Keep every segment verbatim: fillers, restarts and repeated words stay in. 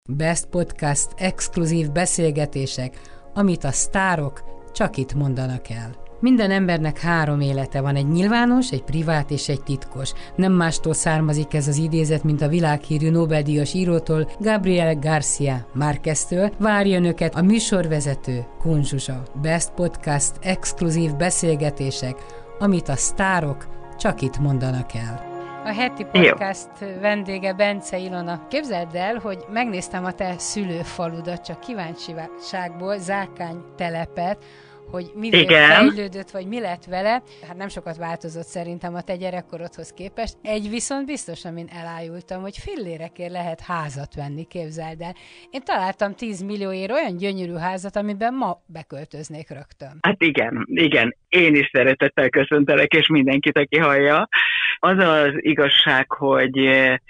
Best Podcast exkluzív beszélgetések, amit a sztárok csak itt mondanak el. Minden embernek három élete van, egy nyilvános, egy privát és egy titkos. Nem mástól származik ez az idézet, mint a világhírű Nobel-díjas írótól, Gabriel García Márqueztől. Várja önöket a műsorvezető, Kun Zsuzsa. Best Podcast exkluzív beszélgetések, amit a sztárok csak itt mondanak el. A heti podcast Jó. vendége Bence Ilona. Képzeld el, hogy megnéztem a te szülőfaludat, csak kíváncsiságból, Zákány telepet, hogy mivel fejlődött, vagy mi lett vele. Hát nem sokat változott szerintem a te gyerekkorodhoz képest. Egy viszont biztos, amin elájultam, hogy fillérekért lehet házat venni, képzeld el. Én találtam tíz millióért olyan gyönyörű házat, amiben ma beköltöznék rögtön. Hát igen, igen. Én is szeretettel köszöntelek, és mindenkit, aki hallja. Az az igazság, hogy,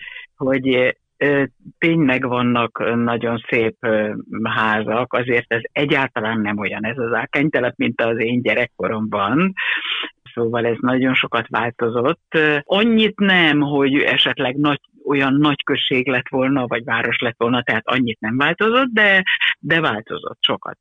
hogy tényleg vannak nagyon szép házak, azért ez egyáltalán nem olyan ez az Zákány-telep, mint az én gyerekkoromban. Szóval ez nagyon sokat változott. Annyit nem, hogy esetleg nagy, olyan nagy község lett volna, vagy város lett volna, tehát annyit nem változott, de, de változott sokat.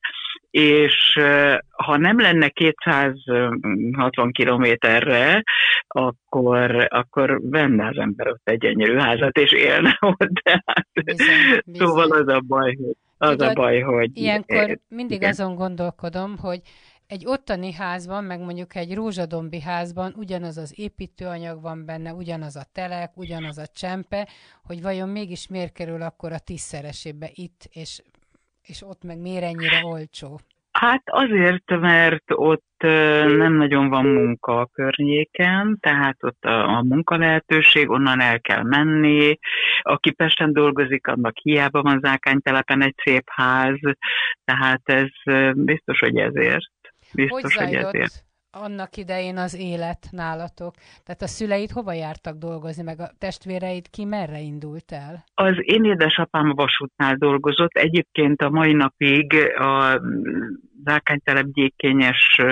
És ha nem lenne kétszázhatvan kilométerre, akkor, akkor venne az ember ott egy gyönyörű házat, és élne ott. Tehát, bizony, bizony. Szóval az a baj, hogy... Az Tudod, a baj, hogy ilyenkor mindig igen. azon gondolkodom, hogy egy ottani házban, meg mondjuk egy rózsadombi házban ugyanaz az építőanyag van benne, ugyanaz a telek, ugyanaz a csempe, hogy vajon mégis miért kerül akkor a tízszeresébe itt, és, és ott meg miért ennyire olcsó? Hát azért, mert ott nem nagyon van munka a környéken, tehát ott a, a munkalehetőség, onnan el kell menni. Aki Pesten dolgozik, annak hiába van Zákány-telepen egy szép ház, tehát ez biztos, hogy ezért. Biztos, hogy zajlott hogy annak idején az élet nálatok? Tehát a szüleid hova jártak dolgozni, meg a testvéreid ki merre indult el? Az én édesapám a vasútnál dolgozott. Egyébként a mai napig a Zákány-telep gyékényes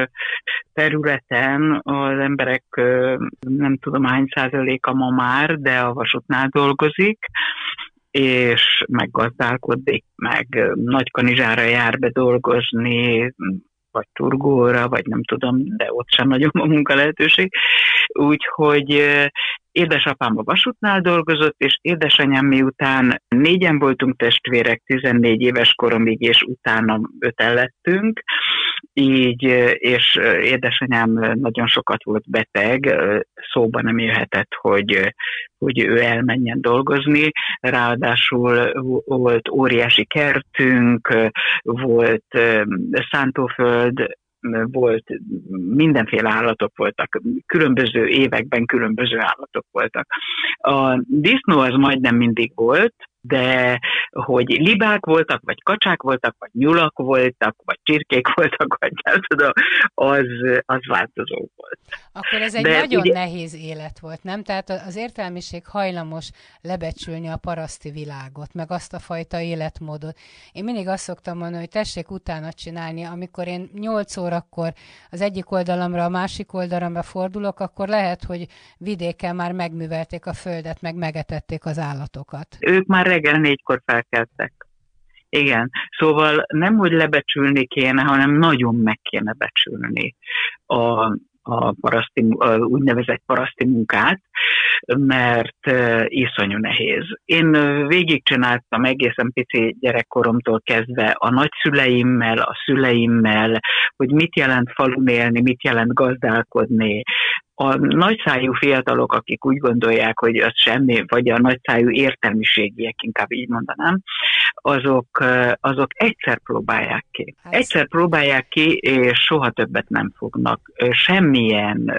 területen az emberek nem tudom hány százaléka ma már, de a vasútnál dolgozik, és meggazdálkodik, meg Nagykanizsára jár be dolgozni, vagy Turgóra, vagy nem tudom, de ott sem nagyon a munka lehetőség. Úgyhogy édesapám a vasútnál dolgozott, és édesanyám miután négyen voltunk testvérek, tizennégy éves koromig, és utána öten lettünk, így, és édesanyám nagyon sokat volt beteg, szóba nem jöhetett, hogy, hogy ő elmenjen dolgozni, ráadásul volt óriási kertünk, volt szántóföld, volt, mindenféle állatok voltak, különböző években különböző állatok voltak. A disznó az majdnem mindig volt, de hogy libák voltak, vagy kacsák voltak, vagy nyulak voltak, vagy csirkék voltak, vagy nem tudom, az, az változó volt. Akkor ez egy de nagyon ugye... nehéz élet volt, nem? Tehát az értelmiség hajlamos lebecsülni a paraszti világot, meg azt a fajta életmódot. Én mindig azt szoktam mondani, hogy tessék utána csinálni, amikor én nyolc órakor az egyik oldalamra, a másik oldalamra fordulok, akkor lehet, hogy vidéken már megművelték a földet, meg megetették az állatokat. Ők már reggel négykor felkeltek. Igen, szóval nem, hogy lebecsülni kéne, hanem nagyon meg kéne becsülni a, a, paraszti, a úgynevezett paraszti munkát, mert uh, iszonyú nehéz. Én uh, végigcsináltam egészen pici gyerekkoromtól kezdve a nagyszüleimmel, a szüleimmel, hogy mit jelent falun élni, mit jelent gazdálkodni. A nagyszájú fiatalok, akik úgy gondolják, hogy az semmi, vagy a nagyszájú értelmiségiek, inkább így mondanám, azok, azok egyszer próbálják ki. Egyszer próbálják ki, és soha többet nem fognak semmilyen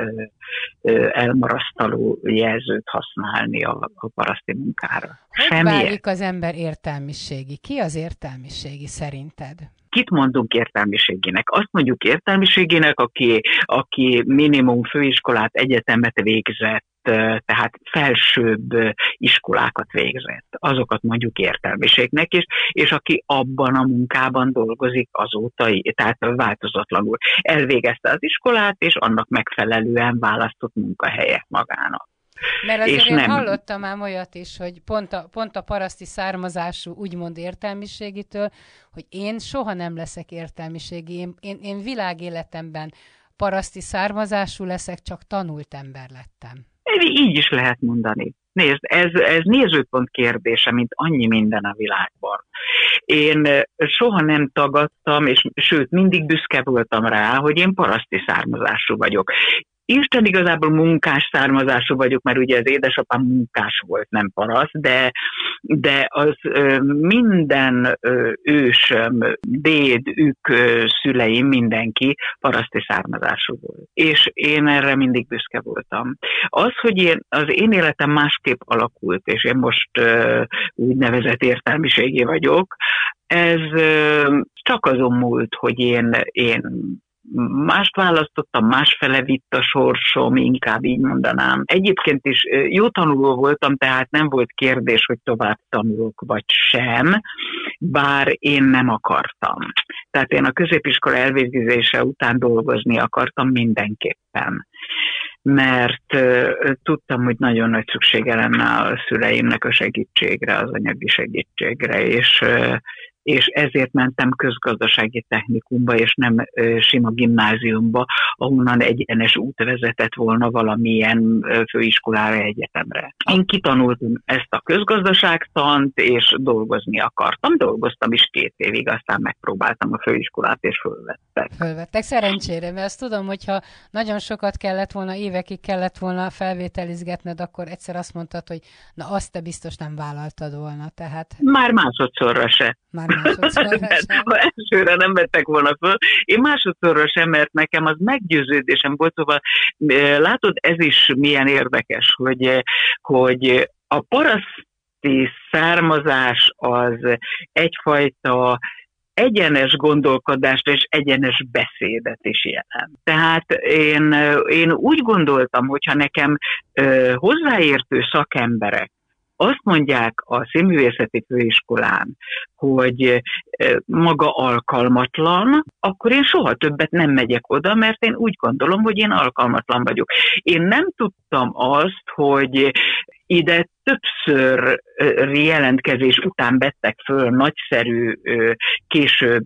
elmarasztaló jelzőt használni a, a paraszti munkára. Hogy válik az ember értelmiségi? Ki az értelmiségi szerinted? Kit mondunk értelmiségének? Azt mondjuk értelmiségének, aki, aki minimum főiskolát, egyetemet végzett, tehát felsőbb iskolákat végzett. Azokat mondjuk értelmiségnek is, és aki abban a munkában dolgozik azóta, tehát változatlanul elvégezte az iskolát, és annak megfelelően választott munkahelyet magának. Mert azért én nem... hallottam már olyat is, hogy pont a, pont a paraszti származású úgymond értelmiségitől, hogy én soha nem leszek értelmiségi, én, én, én világéletemben paraszti származású leszek, csak tanult ember lettem. Így is lehet mondani. Nézd, ez, ez nézőpont kérdése, mint annyi minden a világban. Én soha nem tagadtam, és sőt, mindig büszke voltam rá, hogy én paraszti származású vagyok. Isten igazából munkás származású vagyok, mert ugye az édesapám munkás volt, nem paraszt, de, de az minden ősöm, déd, ők szüleim, mindenki paraszti származású volt. És én erre mindig büszke voltam. Az, hogy én, az én életem másképp alakult, és én most úgynevezett értelmiségé vagyok, ez csak azon múlt, hogy én, én mást választottam, másfele vitt a sorsom, inkább így mondanám. Egyébként is jó tanuló voltam, tehát nem volt kérdés, hogy tovább tanulok vagy sem, bár én nem akartam. Tehát én a középiskola elvégzése után dolgozni akartam mindenképpen. Mert uh, tudtam, hogy nagyon nagy szüksége lenne a szüleimnek a segítségre, az anyagi segítségre, és uh, és ezért mentem közgazdasági technikumba, és nem ö, sima gimnáziumba, ahonnan egyenes út vezetett volna valamilyen ö, főiskolára, egyetemre. Én kitanultam ezt a közgazdaságtant, és dolgozni akartam. Dolgoztam is két évig, aztán megpróbáltam a főiskolát, és fölvettek. Fölvettek szerencsére, mert azt tudom, hogyha nagyon sokat kellett volna, évekig kellett volna felvételizgetned, akkor egyszer azt mondtad, hogy na azt te biztos nem vállaltad volna, tehát... Már másodszorra se. Már másodszorra sem. Ha elsőre nem vettek volna föl, én másodszorra sem, mert nekem az meggyőződésem volt, szóval látod, ez is milyen érdekes, hogy, hogy a paraszti származás az egyfajta egyenes gondolkodást és egyenes beszédet is jelent. Tehát én, én úgy gondoltam, hogyha nekem ö, hozzáértő szakemberek azt mondják a színművészeti főiskolán, hogy maga alkalmatlan, akkor én soha többet nem megyek oda, mert én úgy gondolom, hogy én alkalmatlan vagyok. Én nem tudtam azt, hogy ide többször jelentkezés után vettek föl nagyszerű, később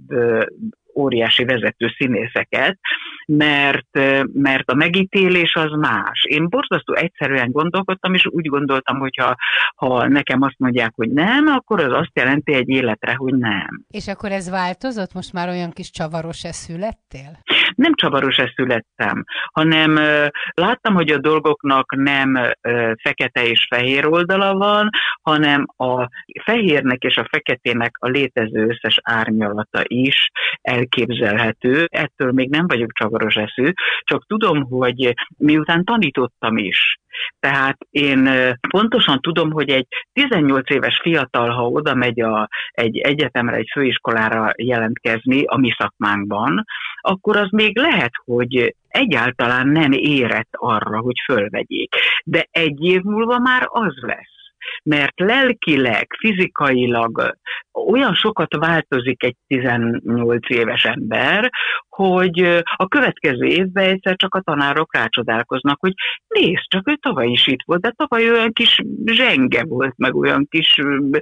óriási vezető színészeket, mert, mert a megítélés az más. Én borzasztó egyszerűen gondolkodtam, és úgy gondoltam, hogy ha, ha nekem azt mondják, hogy nem, akkor az azt jelenti egy életre, hogy nem. És akkor ez változott? Most már olyan kis csavaros eszű lettél? Nem csavaros eszű lettem, hanem láttam, hogy a dolgoknak nem fekete és fehér oldala van, hanem a fehérnek és a feketének a létező összes árnyalata is elképzelhető. Ettől még nem vagyok csavaros eszű, csak tudom, hogy miután tanítottam is, tehát én pontosan tudom, hogy egy tizennyolc éves fiatal, ha oda megy a, egy egyetemre, egy főiskolára jelentkezni a mi szakmánkban, akkor az még lehet, hogy egyáltalán nem érett arra, hogy fölvegyék. De egy év múlva már az lesz. Mert lelkileg, fizikailag olyan sokat változik egy tizennyolc éves ember, hogy a következő évben egyszer csak a tanárok rácsodálkoznak, hogy nézd, csak ő tavaly is itt volt, de tavaly olyan kis zsenge volt, meg olyan kis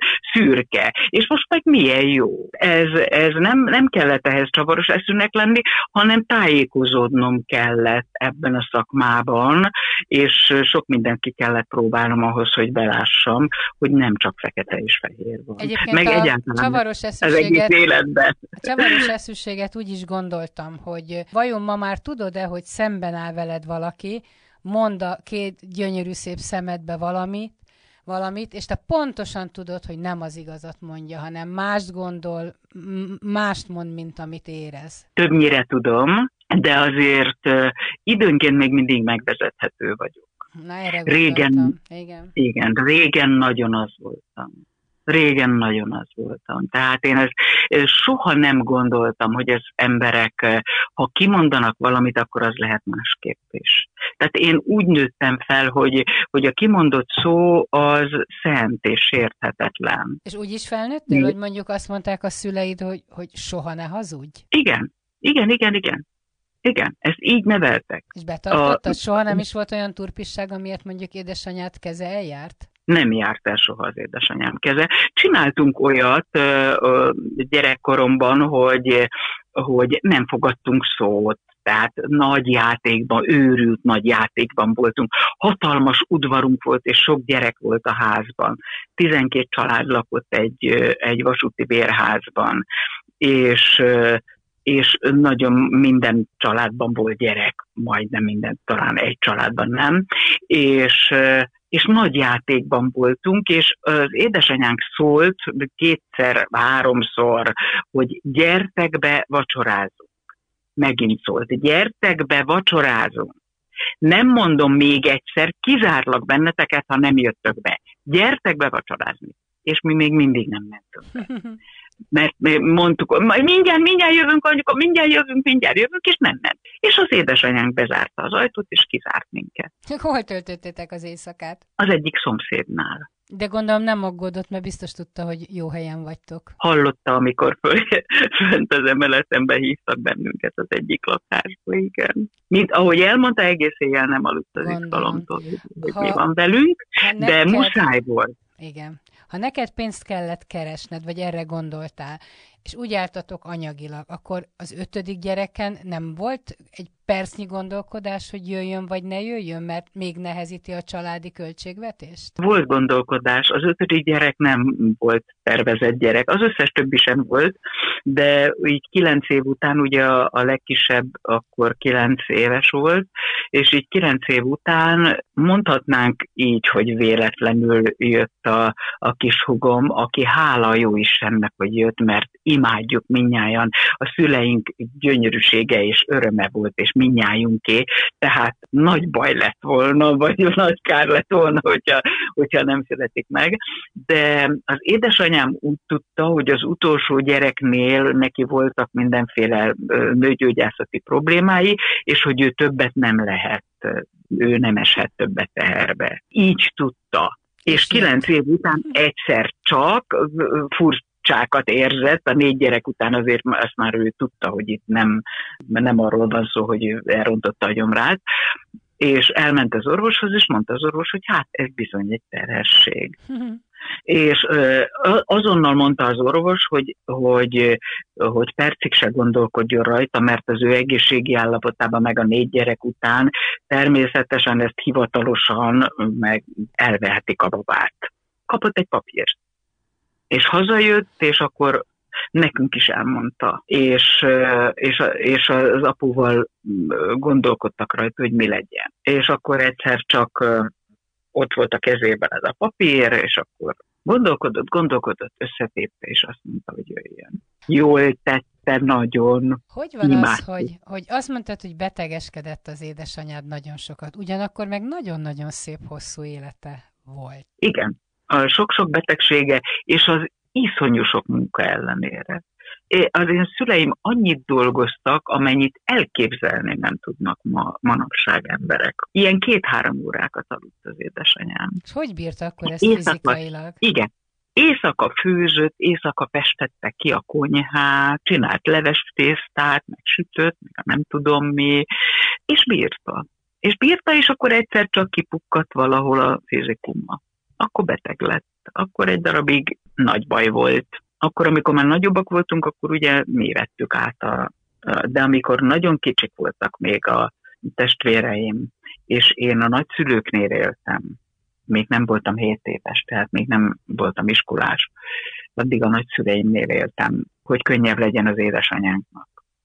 szürke, és most meg milyen jó. Ez, ez nem, nem kellett ehhez csavaros eszűnek lenni, hanem tájékozódnom kellett ebben a szakmában, és sok mindent ki kellett próbálnom ahhoz, hogy belássam, hogy nem csak fekete és fehér van. Egyébként meg a egyáltalán csavaros az egész életben. A csavaros eszűséget úgy is gondoltam, hogy vajon ma már tudod-e, hogy szemben áll veled valaki, mond a két gyönyörű szép szemedbe valamit, valamit, és te pontosan tudod, hogy nem az igazat mondja, hanem mást gondol, mást mond, mint amit érez. Többnyire tudom, de azért uh, időnként még mindig megvezethető vagyok. Na, erre régen, igen. igen, régen nagyon az voltam. Régen nagyon az voltam. Tehát én ezt soha nem gondoltam, hogy az emberek, ha kimondanak valamit, akkor az lehet másképp is. Tehát én úgy nőttem fel, hogy, hogy a kimondott szó az szent és sérthetetlen. És úgy is felnőttél, Mi? hogy mondjuk azt mondták a szüleid, hogy, hogy soha ne hazudj? Igen, igen, igen, igen. Igen, ezt így neveltek. És betartottad? A, Soha nem is volt olyan turpisság, amiért mondjuk édesanyád keze eljárt? nem járt el soha az édesanyám keze. Csináltunk olyat ö, gyerekkoromban, hogy, hogy nem fogadtunk szót, tehát nagy játékban, őrült nagy játékban voltunk. Hatalmas udvarunk volt, és sok gyerek volt a házban. tizenkét család lakott egy, egy vasúti bérházban, és, és nagyon minden családban volt gyerek, majdnem minden, talán egy családban nem, és és nagy játékban voltunk, és az édesanyánk szólt kétszer, háromszor, hogy gyertek be, vacsorázunk. Megint szólt, gyertek be, vacsorázunk. Nem mondom még egyszer, kizárlak benneteket, ha nem jöttök be. Gyertek be vacsorázni. És mi még mindig nem mentünk be. Mert mondtuk, mindjárt, mindjárt jövünk, anyuka, mindjárt jövünk, mindjárt jövünk, és nem ment. És az édesanyánk bezárta az ajtót, és kizárt minket. Hol töltöttétek az éjszakát? Az egyik szomszédnál. De gondolom nem aggódott, mert biztos tudta, hogy jó helyen vagytok. Hallotta, amikor föl, fönt az emeletemben hívtak bennünket az egyik lakásba, igen. Mint ahogy elmondta, egész éjjel nem aludt az izgalomtól, hogy ha, mi van velünk, de neked... muszáj volt. Igen. Ha neked pénzt kellett keresned, vagy erre gondoltál, és úgy álltatok anyagilag, akkor az ötödik gyereken nem volt egy percnyi gondolkodás, hogy jöjjön vagy ne jöjjön, mert még nehezíti a családi költségvetést? Volt gondolkodás. Az ötödik gyerek nem volt tervezett gyerek. Az összes többi sem volt, de így kilenc év után, ugye a, a legkisebb akkor kilenc éves volt, és így kilenc év után mondhatnánk így, hogy véletlenül jött a, a kis hugom, aki hála jó Istennek, hogy jött, mert imádjuk mindnyájan. A szüleink gyönyörűsége és öröme volt, és mindnyájunké, tehát nagy baj lett volna, vagy nagy kár lett volna, hogyha, hogyha nem születik meg. De az édesanyám úgy tudta, hogy az utolsó gyereknél neki voltak mindenféle nőgyógyászati problémái, és hogy ő többet nem lehet, ő nem eshet többet teherbe. Így tudta. És kilenc év után egyszer csak furcsákat érzett, a négy gyerek után azért azt már ő tudta, hogy itt nem, nem arról van szó, hogy ő elrontotta a gyomrát, és elment az orvoshoz, és mondta az orvos, hogy hát ez bizony egy terhesség. És azonnal mondta az orvos, hogy, hogy, hogy percig se gondolkodjon rajta, mert az ő egészségi állapotában meg a négy gyerek után természetesen ezt hivatalosan meg elvehetik a babát. Kapott egy papírt. És hazajött, és akkor nekünk is elmondta. És, és, és az apuval gondolkodtak rajta, hogy mi legyen. És akkor egyszer csak ott volt a kezében ez a papír, és akkor gondolkodott, gondolkodott, összetépte, és azt mondta, hogy jöjjön. Jól tette, nagyon. Hogy van imádtuk. Az, hogy, hogy azt mondtad, hogy betegeskedett az édesanyád nagyon sokat, ugyanakkor meg nagyon-nagyon szép, hosszú élete volt. Igen, a sok-sok betegsége, és az iszonyú sok munka ellenére. Az én szüleim annyit dolgoztak, amennyit elképzelni nem tudnak ma, manapság emberek. Ilyen két-három órákat aludt az édesanyám. És hogy bírta akkor ezt éjszaka, fizikailag? Igen. Éjszaka főzött, éjszaka festette ki a konyhát, csinált levestésztát, meg sütött, meg nem tudom mi, és bírta. És bírta, és akkor egyszer csak kipukkadt valahol a fizikumma. Akkor beteg lett. Akkor egy darabig nagy baj volt. Akkor, amikor már nagyobbak voltunk, akkor ugye mi vettük át, a, de amikor nagyon kicsik voltak még a testvéreim, és én a nagyszülőknél éltem, még nem voltam hét éves, tehát még nem voltam iskolás, addig a nagyszüleimnél éltem, hogy könnyebb legyen az édesanyánknak.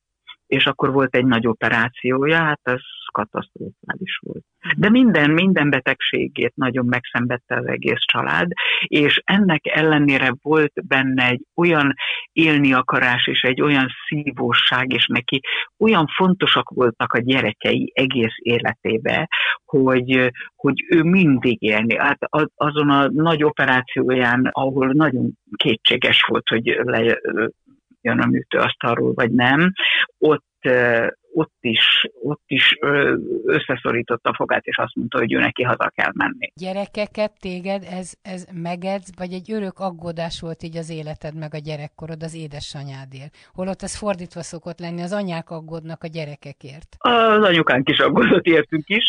És akkor volt egy nagy operációja, hát az katasztrofális volt. De minden, minden betegségét nagyon megszenvedte az egész család, és ennek ellenére volt benne egy olyan élni akarás, és egy olyan szívóság, és neki olyan fontosak voltak a gyerekei egész életébe, hogy, hogy ő mindig élni. Hát azon a nagy operációján, ahol nagyon kétséges volt, hogy le, jön a műtőasztalról, vagy nem, ott, ott is, ott is összeszorította a fogát, és azt mondta, hogy ő neki haza kell menni. Gyerekeket téged ez, ez megedz, vagy egy örök aggódás volt így az életed meg a gyerekkorod az édesanyádért? Holott ez fordítva szokott lenni, az anyák aggódnak a gyerekekért. Az anyukánk is aggódott értünk is,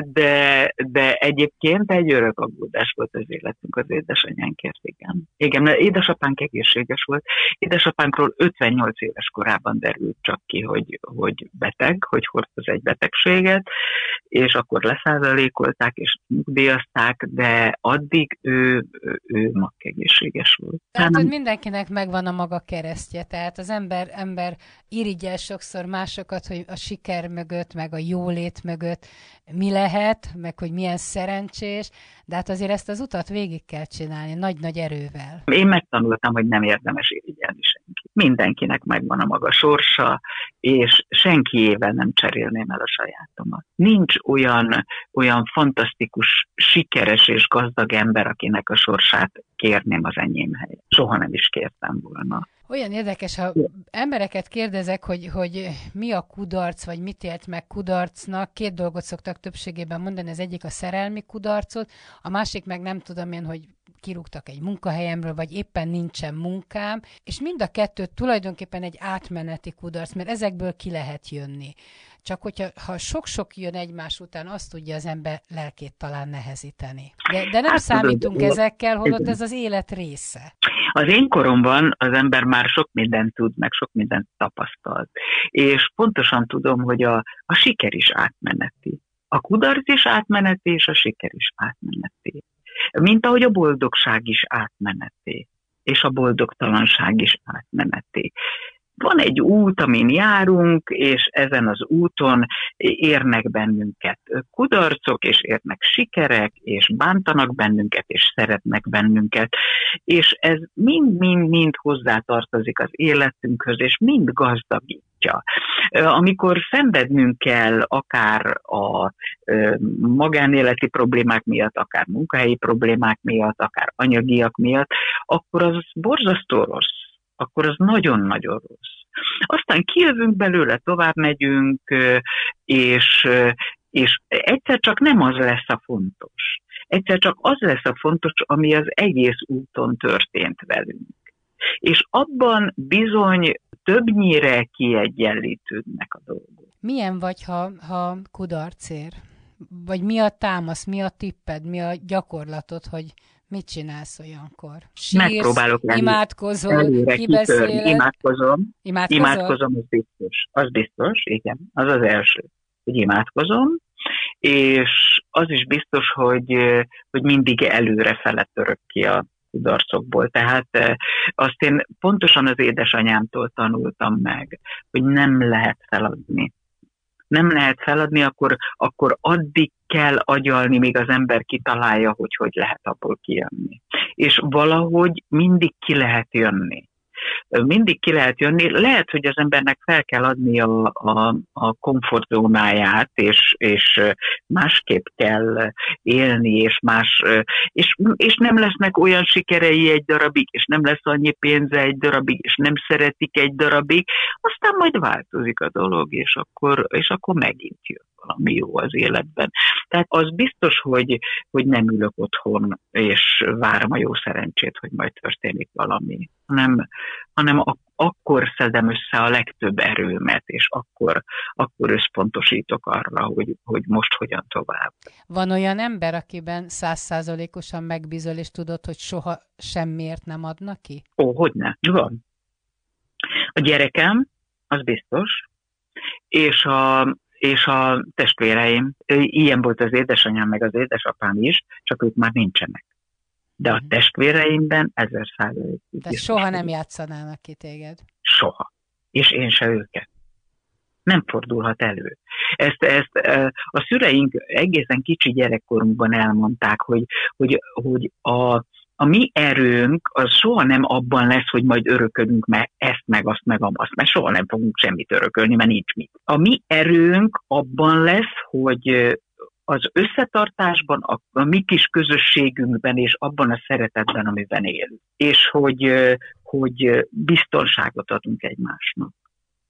de, de egyébként egy örök aggódás volt az életünk az édesanyánkért, igen. Igen, édesapánk egészséges volt. Édesapánkról ötvennyolc éves korában derült csak ki, hogy, hogy beteg, hogy hordoz egy betegséget, és akkor leszázalékolták és nyugdíjazták, de addig ő, ő, ő makkegészséges volt. Tehát, hogy mindenkinek megvan a maga keresztje, tehát az ember, ember irigyel sokszor másokat, hogy a siker mögött, meg a jólét mögött mi lehet, meg hogy milyen szerencsés, de hát azért ezt az utat végig kell csinálni, nagy-nagy erővel. Én megtanultam, hogy nem érdemes irigyelni senki. Mindenkinek megvan a maga sorsa, és senkiével nem cserélném el a sajátomat. Nincs olyan, olyan fantasztikus, sikeres és gazdag ember, akinek a sorsát kérném az enyém helyett. Soha nem is kértem volna. Olyan érdekes, ha embereket kérdezek, hogy, hogy mi a kudarc, vagy mit élt meg kudarcnak, két dolgot szoktak többségében mondani, az egyik a szerelmi kudarcot, a másik meg nem tudom én, hogy kirúgtak egy munkahelyemről, vagy éppen nincsen munkám, és mind a kettő tulajdonképpen egy átmeneti kudarc, mert ezekből ki lehet jönni. Csak hogyha ha sok-sok jön egymás után, azt tudja az ember lelkét talán nehezíteni. De, de nem hát, számítunk tudod, ezekkel, holott ez az élet része. Az én koromban az ember már sok mindent tud, meg sok mindent tapasztalt. És pontosan tudom, hogy a, a siker is átmeneti. A kudarc is átmeneti, és a siker is átmeneti. Mint ahogy a boldogság is átmeneti, és a boldogtalanság is átmeneti. Van egy út, amin járunk, és ezen az úton érnek bennünket kudarcok, és érnek sikerek, és bántanak bennünket, és szeretnek bennünket, és ez mind-mind-mind hozzátartozik az életünkhöz, és mind gazdagítja. Amikor szenvednünk kell akár a magánéleti problémák miatt, akár munkahelyi problémák miatt, akár anyagiak miatt, akkor az borzasztó rossz. akkor az nagyon-nagyon rossz. Aztán kijövünk belőle, tovább megyünk, és, és egyszer csak nem az lesz a fontos. Egyszer csak az lesz a fontos, ami az egész úton történt velünk. És abban bizony többnyire kiegyenlítődnek a dolgok. Milyen vagy, ha, ha kudarc ér? Vagy mi a támasz, mi a tipped, mi a gyakorlatod, hogy mit csinálsz olyankor? Sírsz, megpróbálok lenni, imádkozol, kibeszéled? Imádkozom, Imádkozol? imádkozom, az biztos. Az biztos, igen, az az első, hogy imádkozom, és az is biztos, hogy, hogy mindig előrefele török ki a kudarcokból. Tehát azt én pontosan az édesanyámtól tanultam meg, hogy nem lehet feladni. Nem lehet feladni, akkor, akkor addig kell agyalni, míg az ember kitalálja, hogy hogy lehet abból kijönni. És valahogy mindig ki lehet jönni. Mindig ki lehet jönni. Lehet, hogy az embernek fel kell adni a, a, a komfortzónáját, és, és másképp kell élni, és, más, és, és nem lesznek olyan sikerei egy darabig, és nem lesz annyi pénze egy darabig, és nem szeretik egy darabig, aztán majd változik a dolog, és akkor, és akkor megint jön valami jó az életben. Tehát az biztos, hogy, hogy nem ülök otthon, és várom a jó szerencsét, hogy majd történik valami, hanem, hanem ak- akkor szedem össze a legtöbb erőmet, és akkor, akkor összpontosítok arra, hogy, hogy most hogyan tovább. Van olyan ember, akiben százszázalékosan megbízol, és tudod, hogy soha semmiért nem adnak ki? Ó, hogyne, van. A gyerekem, az biztos, és a és a testvéreim, ilyen volt az édesanyám, meg az édesapám is, csak ők már nincsenek. De a testvéreimben ezer százalék. Tehát soha nem játszanának ki téged? Soha. És én se őket. Nem fordulhat elő. Ezt, ezt a szüleink egészen kicsi gyerekkorunkban elmondták, hogy, hogy, hogy a A mi erőnk az soha nem abban lesz, hogy majd örökölünk meg ezt, meg azt, meg azt, mert soha nem fogunk semmit örökölni, mert nincs mit. A mi erőnk abban lesz, hogy az összetartásban, a, a mi kis közösségünkben és abban a szeretetben, amiben élünk. És hogy, hogy biztonságot adunk egymásnak.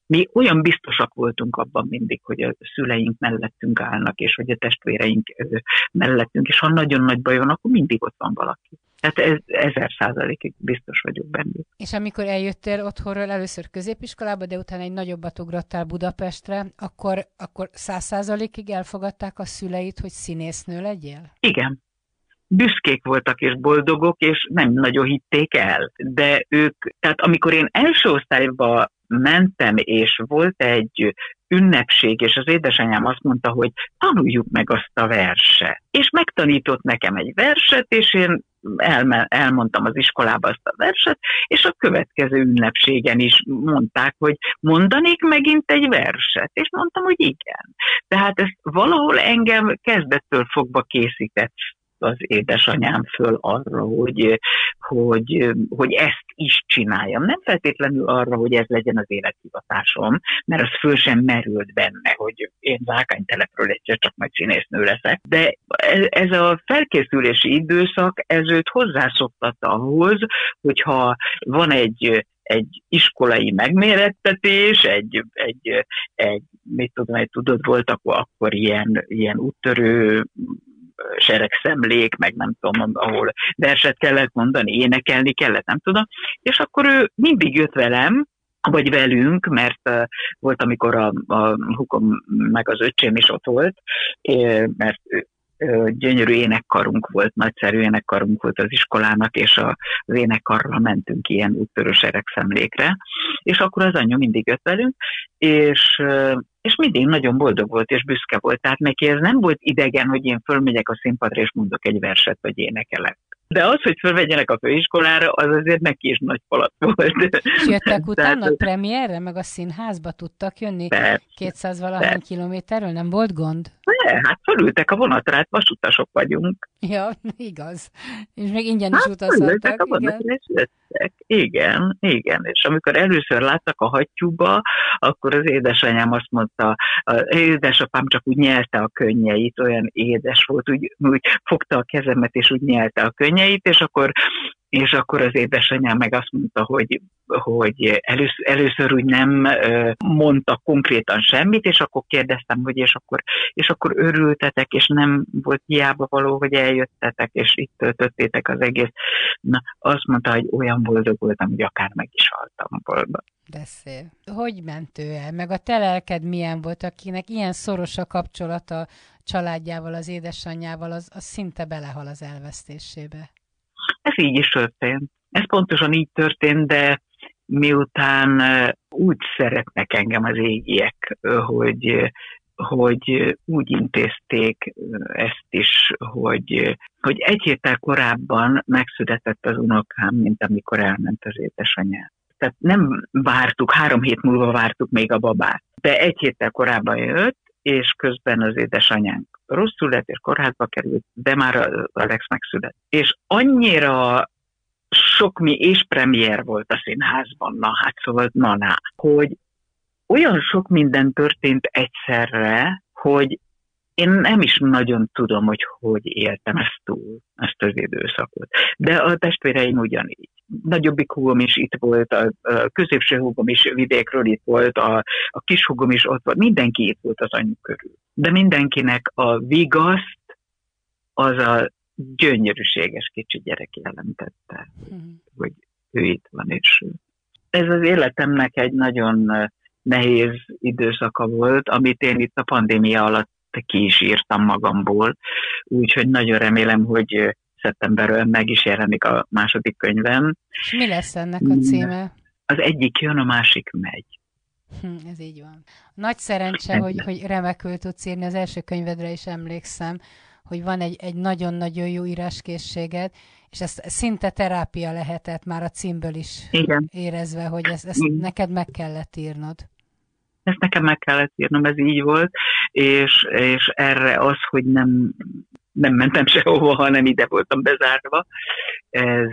Mi olyan biztosak voltunk abban mindig, hogy a szüleink mellettünk állnak, és hogy a testvéreink mellettünk, és ha nagyon nagy baj van, akkor mindig ott van valaki. Tehát ez, ezer százalékig biztos vagyok benne. És amikor eljöttél otthonról először középiskolába, de utána egy nagyobbat ugrottál Budapestre, akkor, akkor száz százalékig elfogadták a szüleid, hogy színésznő legyél? Igen. Büszkék voltak és boldogok, és nem nagyon hitték el. De ők, tehát amikor én első osztályba mentem, és volt egy ünnepség, és az édesanyám azt mondta, hogy tanuljuk meg azt a verset. És megtanított nekem egy verset, és én elme- elmondtam az iskolába azt a verset, és a következő ünnepségen is mondták, hogy mondanék megint egy verset, és mondtam, hogy igen. Tehát ez valahol engem kezdettől fogva készített az édesanyám föl arra, hogy, hogy, hogy ezt is csináljam. Nem feltétlenül arra, hogy ez legyen az élethivatásom, mert az föl sem merült benne, hogy én Zákánytelepről egyszer csak majd színésznő leszek. De ez a felkészülési időszak, ez őt hozzászoktatta ahhoz, hogyha van egy egy iskolai megmérettetés, egy, egy, egy mit tudom, egy tudod, volt akkor, akkor ilyen, ilyen úttörő seregszemlék, meg nem tudom, ahol verset kellett mondani, énekelni kellett, nem tudom, és akkor ő mindig jött velem, vagy velünk, mert uh, volt, amikor a, a hukom meg az öcsém is ott volt, eh, mert uh, gyönyörű énekkarunk volt, nagyszerű énekkarunk volt az iskolának, és a, az énekkarral mentünk ilyen úttörő seregszemlékre, és akkor az anyu mindig jött velünk, és uh, és mindig nagyon boldog volt, és büszke volt. Tehát neki ez nem volt idegen, hogy én fölmegyek a színpadra, és mondok egy verset, vagy énekelek. De az, hogy fölvegyenek a főiskolára, az azért neki is nagy falat volt. És jöttek utána a premierre, meg a színházba tudtak jönni? kétszáz valahány kilométerről, nem volt gond? Ne, hát fölültek a vonatra, hát vasutasok vagyunk. Ja, igaz. És még ingyen is hát, utazhattak. A vonatra, és jöttek. Igen, igen. És amikor először láttak a hattyúba, akkor az édesanyám azt mondta, az édesapám csak úgy nyelte a könnyeit, olyan édes volt, úgy, úgy fogta a kezemet, és úgy nyelte a könnyeit, és akkor és akkor az édesanyám meg azt mondta, hogy, hogy először, először úgy nem mondta konkrétan semmit, és akkor kérdeztem, hogy és akkor, és akkor örültetek, és nem volt hiába való, hogy eljöttetek, és itt töltöttétek az egész. Na, azt mondta, hogy olyan boldog voltam, hogy akár meg is haltam volna. De szép. Hogy ment ő el? Meg a te lelked milyen volt, akinek ilyen szoros a kapcsolata családjával, az édesanyjával, az, az szinte belehal az elvesztésébe. Ez így is történt. Ez pontosan így történt, de miután úgy szeretnek engem az égiek, hogy, hogy úgy intézték ezt is, hogy, hogy egy héttel korábban megszületett az unokám, mint amikor elment az édesanyám. Tehát nem vártuk, három hét múlva vártuk még a babát, de egy héttel korábban jött, és közben az édesanyánk rosszul lett, és kórházba került, de már Alex megszületett. És annyira sok mi és premier volt a színházban, na hát szóval na, na hogy olyan sok minden történt egyszerre, hogy én nem is nagyon tudom, hogy hogy éltem ezt túl, ezt az időszakot. De a testvéreim ugyanígy. Nagyobbik húgom is itt volt, a, a középső húgom is vidékről itt volt, a, a kis húgom is ott volt, mindenki itt volt az anyu körül. De mindenkinek a vigaszt az a gyönyörűséges kicsi gyerek jelentette, mm. hogy ő itt van, és ez az életemnek egy nagyon nehéz időszaka volt, amit én itt a pandémia alatt ki is írtam magamból, úgyhogy nagyon remélem, hogy szeptemberről meg is jelenik a második könyvem. És mi lesz ennek a címe? Az egyik jön, a másik megy. Hm, ez így van. Nagy szerencse, hogy, hogy remekül tudsz írni, az első könyvedre is emlékszem, hogy van egy, egy nagyon-nagyon jó íráskészséged, és ez szinte terápia lehetett már a címből is. Igen. Érezve, hogy ezt, ezt neked meg kellett írnod. Ezt nekem meg kellett írnom, ez így volt, és, és erre az, hogy nem, nem mentem sehova, hanem ide voltam bezárva, ez,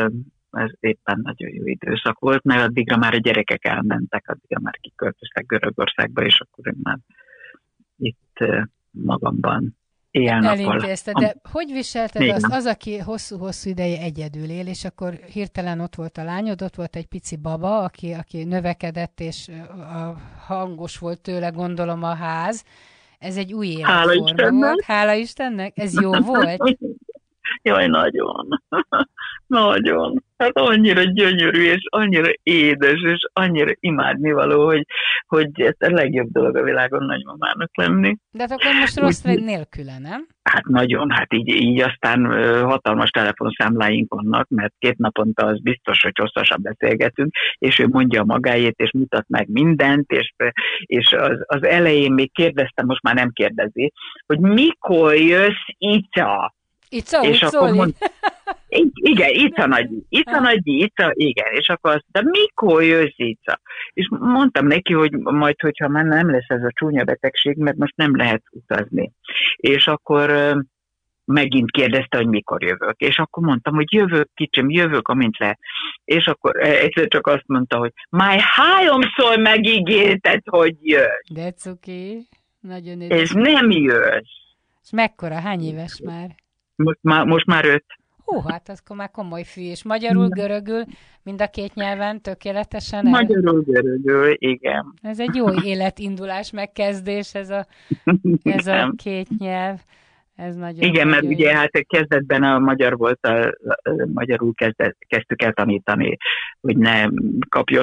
ez éppen nagyon jó időszak volt, mert addigra már a gyerekek elmentek, addigra már kiköltöztek Görögországba, és akkor én már itt magamban Elintézte, de hogy viselted Igen. azt, az, aki hosszú-hosszú ideje egyedül él, és akkor hirtelen ott volt a lányod, ott volt egy pici baba, aki, aki növekedett, és a hangos volt tőle, gondolom, a ház. Ez egy új Hála életforma Istennek. volt. Hála Istennek. Ez jó volt? Jaj, nagyon. Nagyon. Hát annyira gyönyörű, és annyira édes, és annyira imádnivaló, hogy, hogy ez a legjobb dolog a világon nagymamának lenni. De hát akkor most rossz vagy nélküle, nem? Hát nagyon, hát így, így aztán hatalmas telefonszámláink vannak, mert két naponta az biztos, hogy hosszasan beszélgetünk, és ő mondja magáét, és mutat meg mindent, és, és az, az elején még kérdeztem, most már nem kérdezi, hogy mikor jössz Ica? Ica, és úgy akkor mond, igen, Ica nagy, Ica nagy, Ica, igen, és akkor azt mondta, mikor jössz Ica? És mondtam neki, hogy majd, hogyha már nem lesz ez a csúnya betegség, mert most nem lehet utazni. És akkor megint kérdezte, hogy mikor jövök. És akkor mondtam, hogy jövök, kicsim, jövök, amint le. És akkor egyszer csak azt mondta, hogy már háromszor megígérted, hogy jössz. De cuki, nagyon édes. És nem jössz. És mekkora, hány éves már? Most már, most már öt. Hú, hát az már komoly fű, és magyarul, görögül, mind a két nyelven tökéletesen el... Magyarul, görögül, igen. Ez egy jó életindulás, megkezdés, ez a, ez a két nyelv. Ez nagyon, igen, mert nagyon ugye jó. hát kezdetben a magyar volt, a, a magyarul kezdet, kezdtük el tanítani, hogy ne kapjon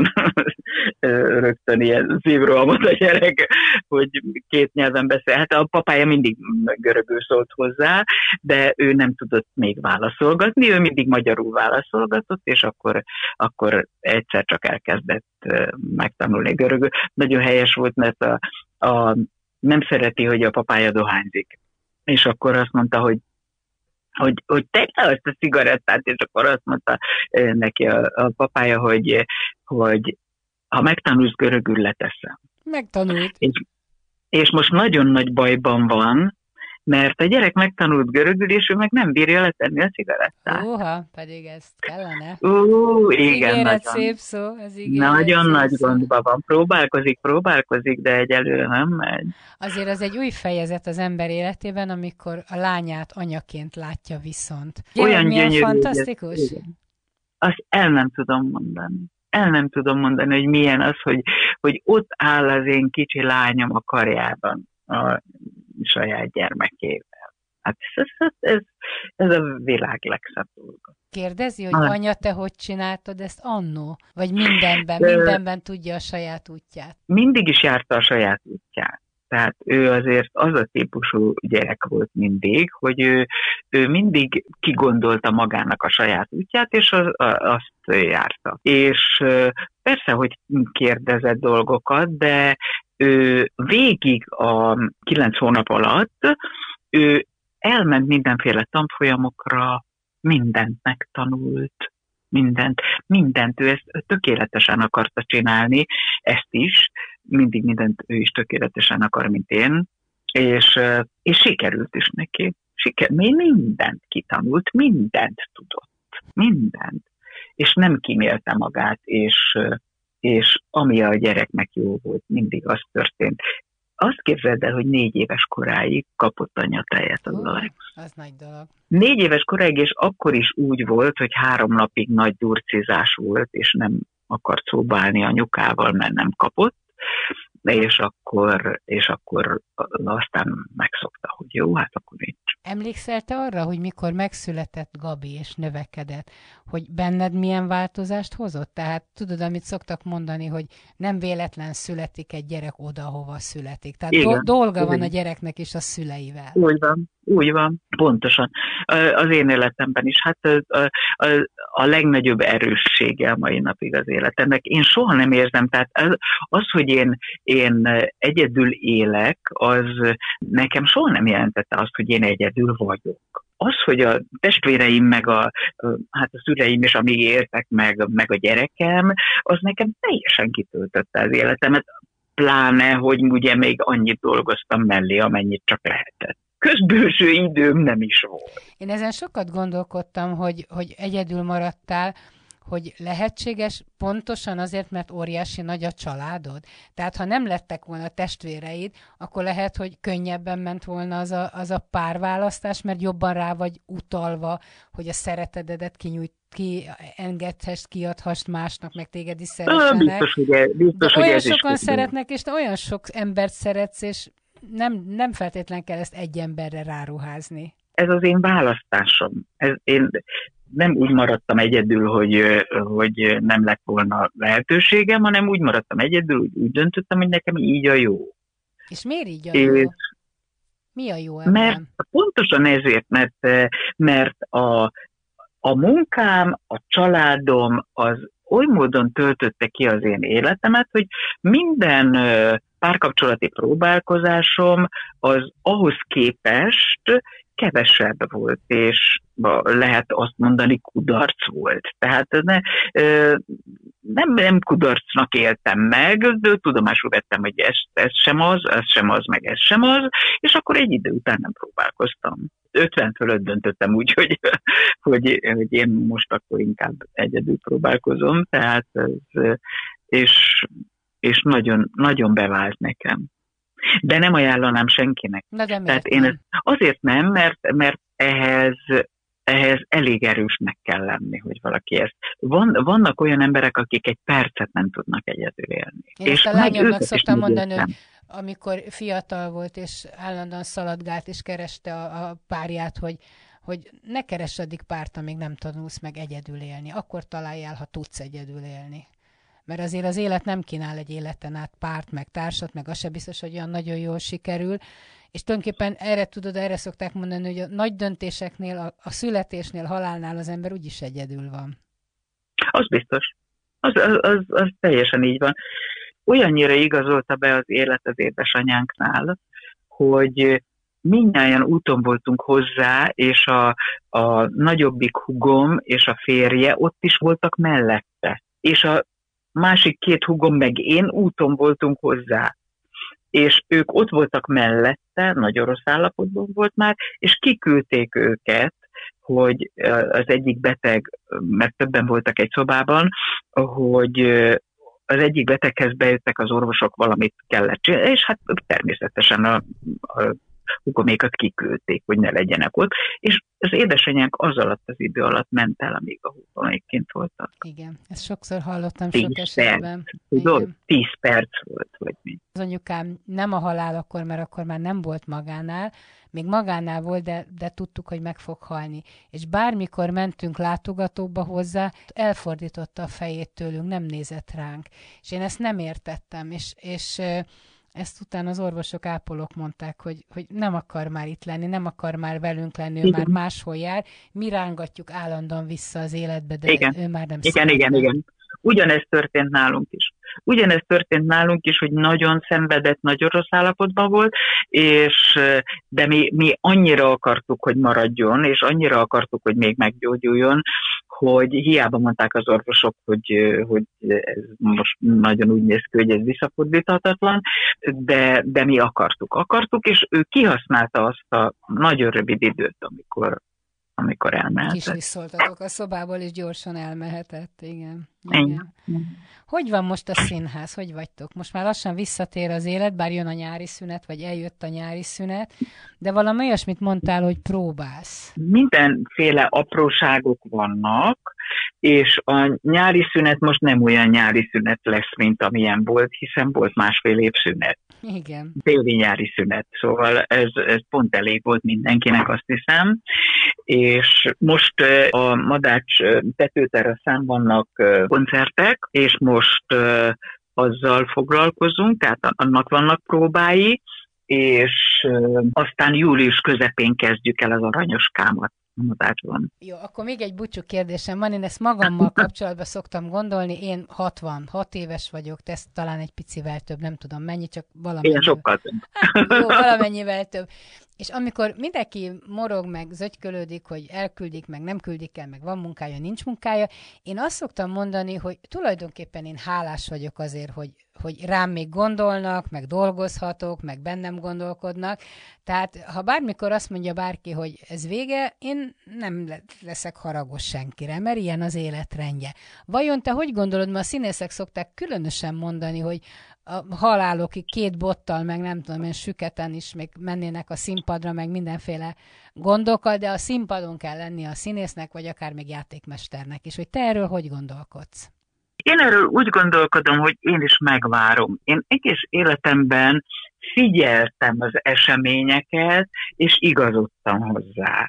rögtön ilyen szívrohamot a gyerek, hogy két nyelven beszél. Hát a papája mindig görögül szólt hozzá, de ő nem tudott még válaszolgatni, ő mindig magyarul válaszolgatott, és akkor, akkor egyszer csak elkezdett megtanulni görögül. Nagyon helyes volt, mert a, a, nem szereti, hogy a papája dohányzik. És akkor azt mondta, hogy, hogy, hogy tegye azt a cigarettát, és akkor azt mondta neki a, a papája, hogy, hogy ha megtanulsz görögül, leteszem. Megtanult. És, és most nagyon nagy bajban van, mert a gyerek megtanult görögül, és ő meg nem bírja letenni a cigarettát. Uha, pedig ezt kellene. Ú, igen, ígéret nagyon. Szép szó, ez ígéret Nagyon szép nagy szó. gondban van. Próbálkozik, próbálkozik, de egyelőre nem megy. Azért az egy új fejezet az ember életében, amikor a lányát anyaként látja viszont. Olyan milyen gyönyörű, fantasztikus? Ez, azt el nem tudom mondani. El nem tudom mondani, hogy milyen az, hogy, hogy ott áll az én kicsi lányom a karjában a saját gyermekével. Hát ez, ez, ez, ez a világ legszebb dolga. Kérdezi, hogy ah. anya, te hogy csináltad ezt annó? Vagy mindenben, mindenben tudja a saját útját? Mindig is járta a saját útját. Tehát ő azért az a típusú gyerek volt mindig, hogy ő, ő mindig kigondolta magának a saját útját, és az, azt járta. És persze, hogy kérdezett dolgokat, de ő végig a kilenc hónap alatt ő elment mindenféle tanfolyamokra, mindent megtanult, mindent, mindent, ő ezt tökéletesen akarta csinálni, ezt is, mindig mindent ő is tökéletesen akar, mint én, és, és sikerült is neki. Siker, mindent kitanult, mindent tudott, mindent, és nem kímélte magát, és, és ami a gyereknek jó volt, mindig az történt. Azt képzeld el, hogy négy éves koráig kapott anyatejet az uh, Alex. Az nagy dolog. Négy éves koráig, és akkor is úgy volt, hogy három napig nagy durcizás volt, és nem akart szóba állni anyukával, mert nem kapott, és akkor, és akkor aztán megszokta, hogy jó, hát akkor nincs. Emlékszel te arra, hogy mikor megszületett Gabi és növekedett, hogy benned milyen változást hozott? Tehát tudod, amit szoktak mondani, hogy nem véletlen születik egy gyerek oda, hova születik. Tehát igen, do- dolga igen. van a gyereknek is a szüleivel. Úgy van, úgy van, pontosan. Az én életemben is, hát a, a, a legnagyobb erőssége a mai napig az életemnek. Én soha nem érzem, tehát az, az hogy én, én egyedül élek, az nekem soha nem jelentette azt, hogy én egyedül vagyok. Az, hogy a testvéreim, meg a, hát a szüleim is, amíg éltek, meg, meg a gyerekem, az nekem teljesen kitöltötte az életemet, pláne, hogy ugye még annyit dolgoztam mellé, amennyit csak lehetett. Közbőső időm nem is volt. Én ezen sokat gondolkodtam, hogy, hogy egyedül maradtál, hogy lehetséges pontosan azért, mert óriási nagy a családod. Tehát ha nem lettek volna testvéreid, akkor lehet, hogy könnyebben ment volna az a, az a párválasztás, mert jobban rá vagy utalva, hogy a szeretetedet kinyújt, kiengedhess, kiadhass másnak, meg téged is szeressenek. Biztos, hogy, biztos, de hogy olyan ez sokan is szeretnek, és te olyan sok embert szeretsz, és nem, nem feltétlen kell ezt egy emberre ráruházni. Ez az én választásom. Ez, én nem úgy maradtam egyedül, hogy, hogy nem lett volna lehetőségem, hanem úgy maradtam egyedül, úgy, úgy döntöttem, hogy nekem így a jó. És miért így a jó? És mi a jó ebben? Mert pontosan ezért, mert, mert a, a munkám, a családom az oly módon töltötte ki az én életemet, hogy minden párkapcsolati próbálkozásom az ahhoz képest kevesebb volt, és lehet azt mondani, kudarc volt. Tehát ne, nem, nem kudarcnak éltem meg, de tudomásul vettem, hogy ez, ez sem az, ez sem az, meg ez sem az, és akkor egy idő után nem próbálkoztam. ötven fölött döntöttem úgy, hogy, hogy, hogy én most akkor inkább egyedül próbálkozom, tehát ez, és, és nagyon, nagyon bevált nekem. De nem ajánlanám senkinek. Tehát én ezt azért nem, mert, mert ehhez, ehhez elég erősnek kell lenni, hogy valaki ezt. Van, vannak olyan emberek, akik egy percet nem tudnak egyedül élni. Én és ezt a lányomnak szoktam mondani, hogy amikor fiatal volt, és állandóan szaladgált, és kereste a, a párját, hogy, hogy ne keress addig párt, amíg nem tanulsz meg egyedül élni. Akkor találjál, ha tudsz egyedül élni. Mert azért az élet nem kínál egy életen át párt, meg társat, meg az se biztos, hogy olyan nagyon jól sikerül. És tulajdonképpen erre tudod, erre szokták mondani, hogy a nagy döntéseknél, a, a születésnél, halálnál az ember úgyis egyedül van. Az biztos. Az, az, az, az teljesen így van. Olyannyira igazolta be az élet az édesanyánknál, hogy mindnyájan úton voltunk hozzá, és a, a nagyobbik hugom és a férje ott is voltak mellette. És a másik két hugom meg én úton voltunk hozzá. És ők ott voltak mellette, nagyon rossz állapotban volt már, és kiküldték őket, hogy az egyik beteg, mert többen voltak egy szobában, hogy az egyik beteghez bejöttek az orvosok, valamit kellett csinálni, és hát természetesen a, a hugomékat kiküldték, hogy ne legyenek ott, és az édesanyánk az alatt az idő alatt ment el, amíg a hugomék kint voltak. Igen, ezt sokszor hallottam tíz sok esetben. Perc, tudod? Tíz perc volt, vagy mi. Az anyukám nem a halál akkor, mert akkor már nem volt magánál, még magánál volt, de, de tudtuk, hogy meg fog halni. És bármikor mentünk látogatóba hozzá, elfordította a fejét tőlünk, nem nézett ránk. És én ezt nem értettem, és, és ezt utána az orvosok, ápolók mondták, hogy, hogy nem akar már itt lenni, nem akar már velünk lenni, ő igen. már máshol jár. Mi rángatjuk állandóan vissza az életbe, de igen. ő már nem igen, szeretne. Igen, igen, ugyanezt történt nálunk is. Ugyanezt történt nálunk is, hogy nagyon szenvedett, nagyon rossz állapotban volt, és, de mi, mi annyira akartuk, hogy maradjon, és annyira akartuk, hogy még meggyógyuljon, hogy hiába mondták az orvosok, hogy, hogy ez most nagyon úgy néz ki, hogy ez visszafordíthatatlan, de, de mi akartuk. Akartuk, és ő kihasználta azt a nagyon rövid időt, amikor, amikor elmehetett. Kis visszoltatok a szobából, és gyorsan elmehetett, igen. igen. igen. Hogy van most a színház? Hogy vagytok? Most már lassan visszatér az élet, bár jön a nyári szünet, vagy eljött a nyári szünet, de valami olyasmit mondtál, hogy próbálsz. Mindenféle apróságok vannak, és a nyári szünet most nem olyan nyári szünet lesz, mint amilyen volt, hiszen volt másfél év szünet. Igen. Téli nyári szünet, szóval ez, ez pont elég volt mindenkinek, azt hiszem. És most a Madács tetőteraszán vannak koncertek, és most azzal foglalkozunk, tehát annak vannak próbái, és aztán július közepén kezdjük el az Aranyoskámat a Madácsban. Jó, akkor még egy búcsú kérdésem van, én ezt magammal kapcsolatban szoktam gondolni, én hatvan, hat éves vagyok, te ezt talán egy picivel több, nem tudom mennyi, csak valamennyi. Én sokkal több. Hát, jó, valamennyivel több. És amikor mindenki morog, meg zögykölődik, hogy elküldik, meg nem küldik el, meg van munkája, nincs munkája, én azt szoktam mondani, hogy tulajdonképpen én hálás vagyok azért, hogy, hogy rám még gondolnak, meg dolgozhatok, meg bennem gondolkodnak. Tehát ha bármikor azt mondja bárki, hogy ez vége, én nem leszek haragos senkire, mert ilyen az életrendje. Vajon te hogy gondolod, mert a színészek szokták különösen mondani, hogy a halálokig két bottal, meg nem tudom én, süketen is még mennének a színpadra, meg mindenféle gondokkal, de a színpadon kell lenni a színésznek, vagy akár még játékmesternek is. Hogy te erről hogy gondolkodsz? Én erről úgy gondolkodom, hogy én is megvárom. Én egész életemben figyeltem az eseményeket, és igazodtam hozzá.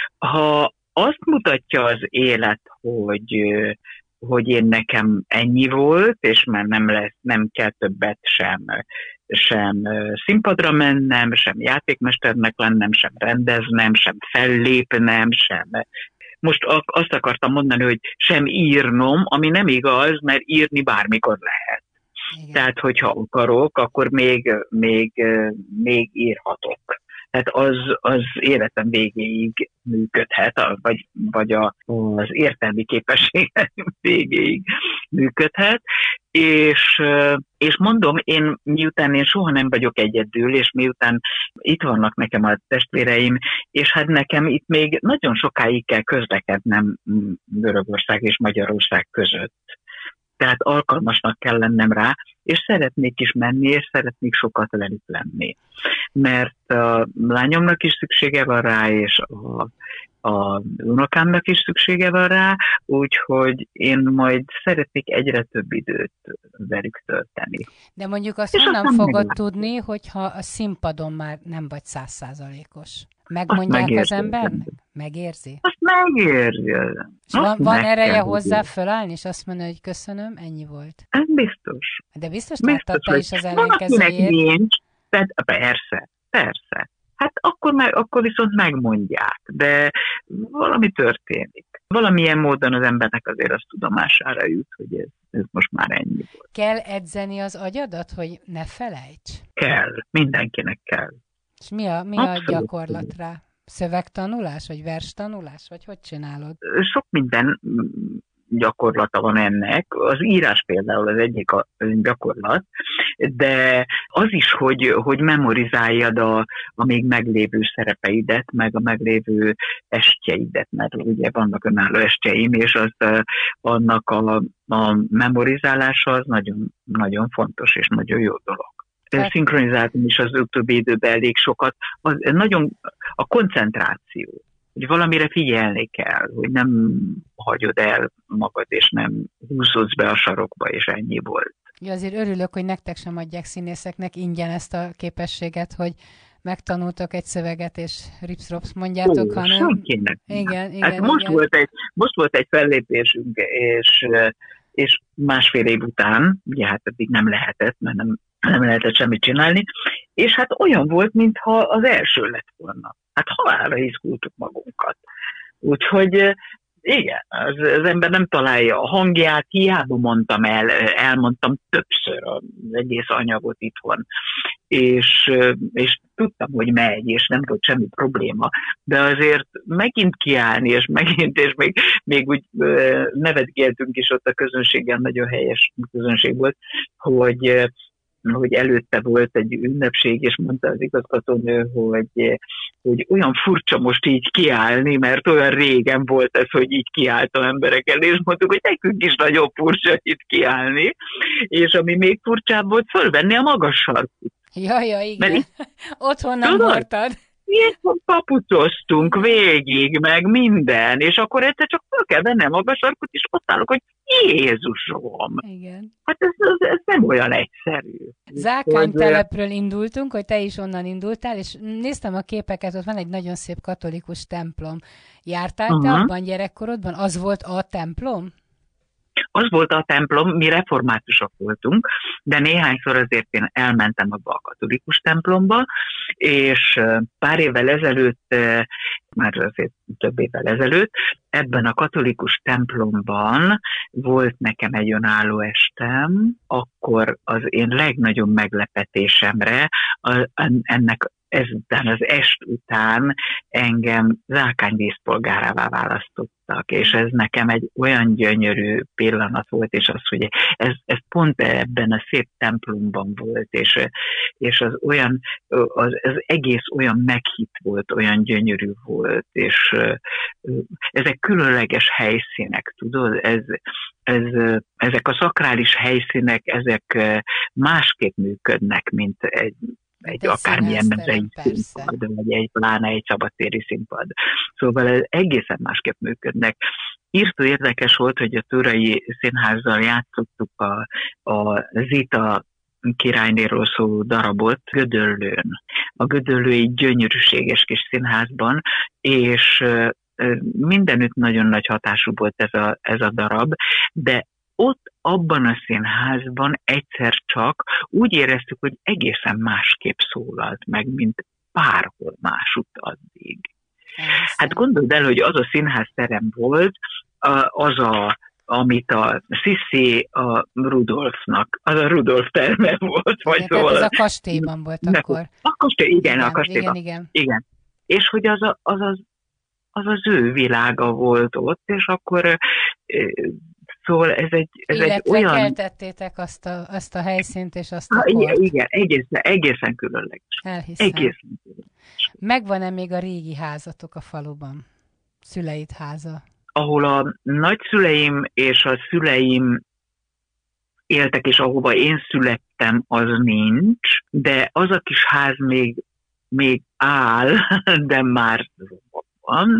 Ha azt mutatja az élet, hogy, hogy én nekem ennyi volt, és már nem lesz, nem kell többet sem, sem színpadra mennem, sem játékmesternek lennem, sem rendeznem, sem fellépnem, sem... Most azt akartam mondani, hogy sem írnom, ami nem igaz, mert írni bármikor lehet. Igen. Tehát, hogyha akarok, akkor még, még, még írhatok. Tehát az, az életem végéig működhet, vagy, vagy a, az értelmi képességem végéig működhet. És, és mondom, én miután én soha nem vagyok egyedül, és miután itt vannak nekem a testvéreim, és hát nekem itt még nagyon sokáig kell közlekednem Görögország és Magyarország között. Tehát alkalmasnak kell lennem rá, és szeretnék is menni, és szeretnék sokat velük lenni. Mert a lányomnak is szüksége van rá, és a, a unokámnak is szüksége van rá, úgyhogy én majd szeretnék egyre több időt velük tölteni. De mondjuk azt honnan fogod meglátni. tudni, hogyha a színpadon már nem vagy százszázalékos? Megmondják az embernek? Megérzi? Azt megérzi. És van, van ereje hozzá fölállni, és azt mondani, hogy köszönöm, ennyi volt? Ez biztos. De biztos láttad te is az ellenkezőjét? Nincs, de persze, persze. Hát akkor, meg, akkor viszont megmondják, de valami történik. Valamilyen módon az embernek azért az tudomására jut, hogy ez, ez most már ennyi volt. Kell edzeni az agyadat, hogy ne felejts? Kell, mindenkinek kell. És mi a, mi a gyakorlat rá? Szövegtanulás, vagy verstanulás, vagy hogy csinálod? Sok minden gyakorlata van ennek. Az írás például az egyik a gyakorlat, de az is, hogy, hogy memorizáljad a, a még meglévő szerepeidet, meg a meglévő estjeidet, mert ugye vannak önálló estjeim, és az, annak a, a memorizálása az nagyon, nagyon fontos és nagyon jó dolog. Szinkronizáltam is az utóbbi időben elég sokat. Az, nagyon a koncentráció, hogy valamire figyelni kell, hogy nem hagyod el magad, és nem húzódsz be a sarokba, és ennyi volt. Ja, azért örülök, hogy nektek sem adják színészeknek ingyen ezt a képességet, hogy megtanultok egy szöveget, és rips-rops mondjátok, Ó, hanem... senkinek. Igen, igen, hát most, igen. Volt egy, most volt egy fellépésünk, és, és másfél év után, ugye hát eddig nem lehetett, mert nem, nem lehetett semmit csinálni, és hát olyan volt, mintha az első lett volna. Hát halálra izgultuk magunkat. Úgyhogy igen, az, az ember nem találja a hangját, hiába mondtam el, elmondtam többször az egész anyagot itthon, és, és tudtam, hogy megy, és nem volt semmi probléma, de azért megint kiállni, és megint, és még, még úgy nevetgéltünk is ott a közönséggel, nagyon helyes közönség volt, hogy hogy előtte volt egy ünnepség, és mondta az igazgatónő, hogy, hogy olyan furcsa most így kiállni, mert olyan régen volt ez, hogy így kiálltam emberek elé, és mondtuk, hogy nekünk is nagyon furcsa itt kiállni, és ami még furcsább volt, fölvenni a magas sarkut. Jaj, jaj, igen. Mert otthon nem hordtad. Ilyen papucoztunk végig, meg minden, és akkor egyszer csak fel kell vennem a magas sarkut, és ott állok, hogy Jézusom! Igen. Hát ez, ez, ez nem olyan egyszerű. Zákánytelepről indultunk, hogy te is onnan indultál, és néztem a képeket, ott van egy nagyon szép katolikus templom. Jártál te uh-huh. abban gyerekkorodban? Az volt a templom? Az volt a templom, mi reformátusok voltunk, de néhányszor azért én elmentem abba a katolikus templomba, és pár évvel ezelőtt, már azért több évvel ezelőtt, ebben a katolikus templomban volt nekem egy önálló estem, akkor az én legnagyobb meglepetésemre a, ennek ezután, az est után engem Zákány díszpolgárává választottak, és ez nekem egy olyan gyönyörű pillanat volt, és az, hogy ez, ez pont ebben a szép templomban volt, és, és az olyan, az, az egész olyan meghitt volt, olyan gyönyörű volt, és ezek különleges helyszínek, tudod, ez, ez, ezek a szakrális helyszínek, ezek másképp működnek, mint egy egy akármilyen mezei színpad, vagy egy pláne egy szabadtéri színpad. Szóval ez egészen másképp működnek. Írtó érdekes volt, hogy a Tórai Színházzal játszottuk a, a Zita királynéról szóló darabot Gödöllőn. A gödöllői gyönyörűséges kis színházban, és mindenütt nagyon nagy hatású volt ez a, ez a darab, de ott abban a színházban egyszer csak úgy éreztük, hogy egészen másképp szólalt meg, mint bárhol másutt addig. Hát gondold el, hogy az a színházterem volt, az a, amit a Sissi a Rudolfnak, az a Rudolf terme volt. Vagy igen, szóval, ez a kastélyban volt ne, akkor. A kastély, igen, igen, a kastélyban. Igen, igen. igen. És hogy az, a, az, az, az az ő világa volt ott, és akkor szóval ez egy, ez egy olyan... keltettétek azt a, azt a helyszínt és azt a ha, kort. igen, egészen, egészen különleges. Elhiszem. Egészen különleges. Megvan-e még a régi házatok a faluban? Szüleid háza? Ahol a nagyszüleim és a szüleim éltek, és ahova én születtem, az nincs, de az a kis ház még, még áll, de már van,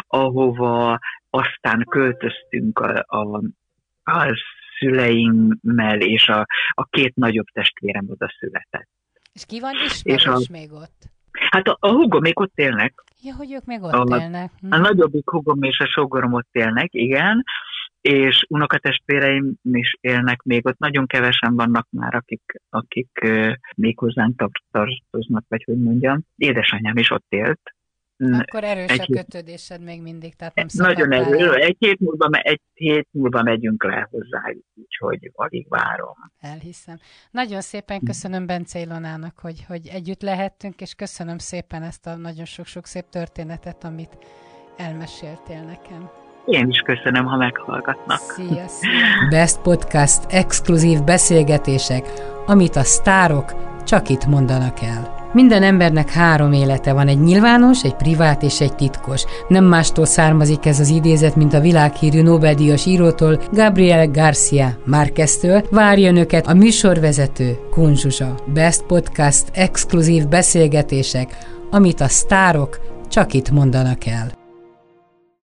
ahova aztán költöztünk a, a, a szüleimmel, és a, a két nagyobb testvérem oda született. És ki van ismerős a, még ott? Hát a, a húgom még ott élnek. Ja, hogy ők még ott a, élnek. Hm. A nagyobbik húgom és a sógorom ott élnek, igen, és unokatestvéreim is élnek még ott. Nagyon kevesen vannak már, akik, akik uh, még hozzánk tartoznak, vagy hogy mondjam. Édesanyám is ott élt. Akkor erős egy a kötődésed még mindig, tehát nem nagyon erős. Egy hét múlva, egy hét múlva megyünk le hozzájuk, úgyhogy alig várom. Elhiszem. Nagyon szépen köszönöm Bence Ilonának, hogy, hogy együtt lehettünk, és köszönöm szépen ezt a nagyon sok-sok szép történetet, amit elmeséltél nekem. Én is köszönöm, ha meghallgatnak. Szia, szia. Best Podcast exkluzív beszélgetések, amit a sztárok csak itt mondanak el. Minden embernek három élete van, egy nyilvános, egy privát és egy titkos. Nem mástól származik ez az idézet, mint a világhírű Nobel-díjas írótól, Gabriel García Márqueztől. Várja önöket a műsorvezető, Kun Zsuzsa. Best Podcast exkluzív beszélgetések, amit a sztárok csak itt mondanak el.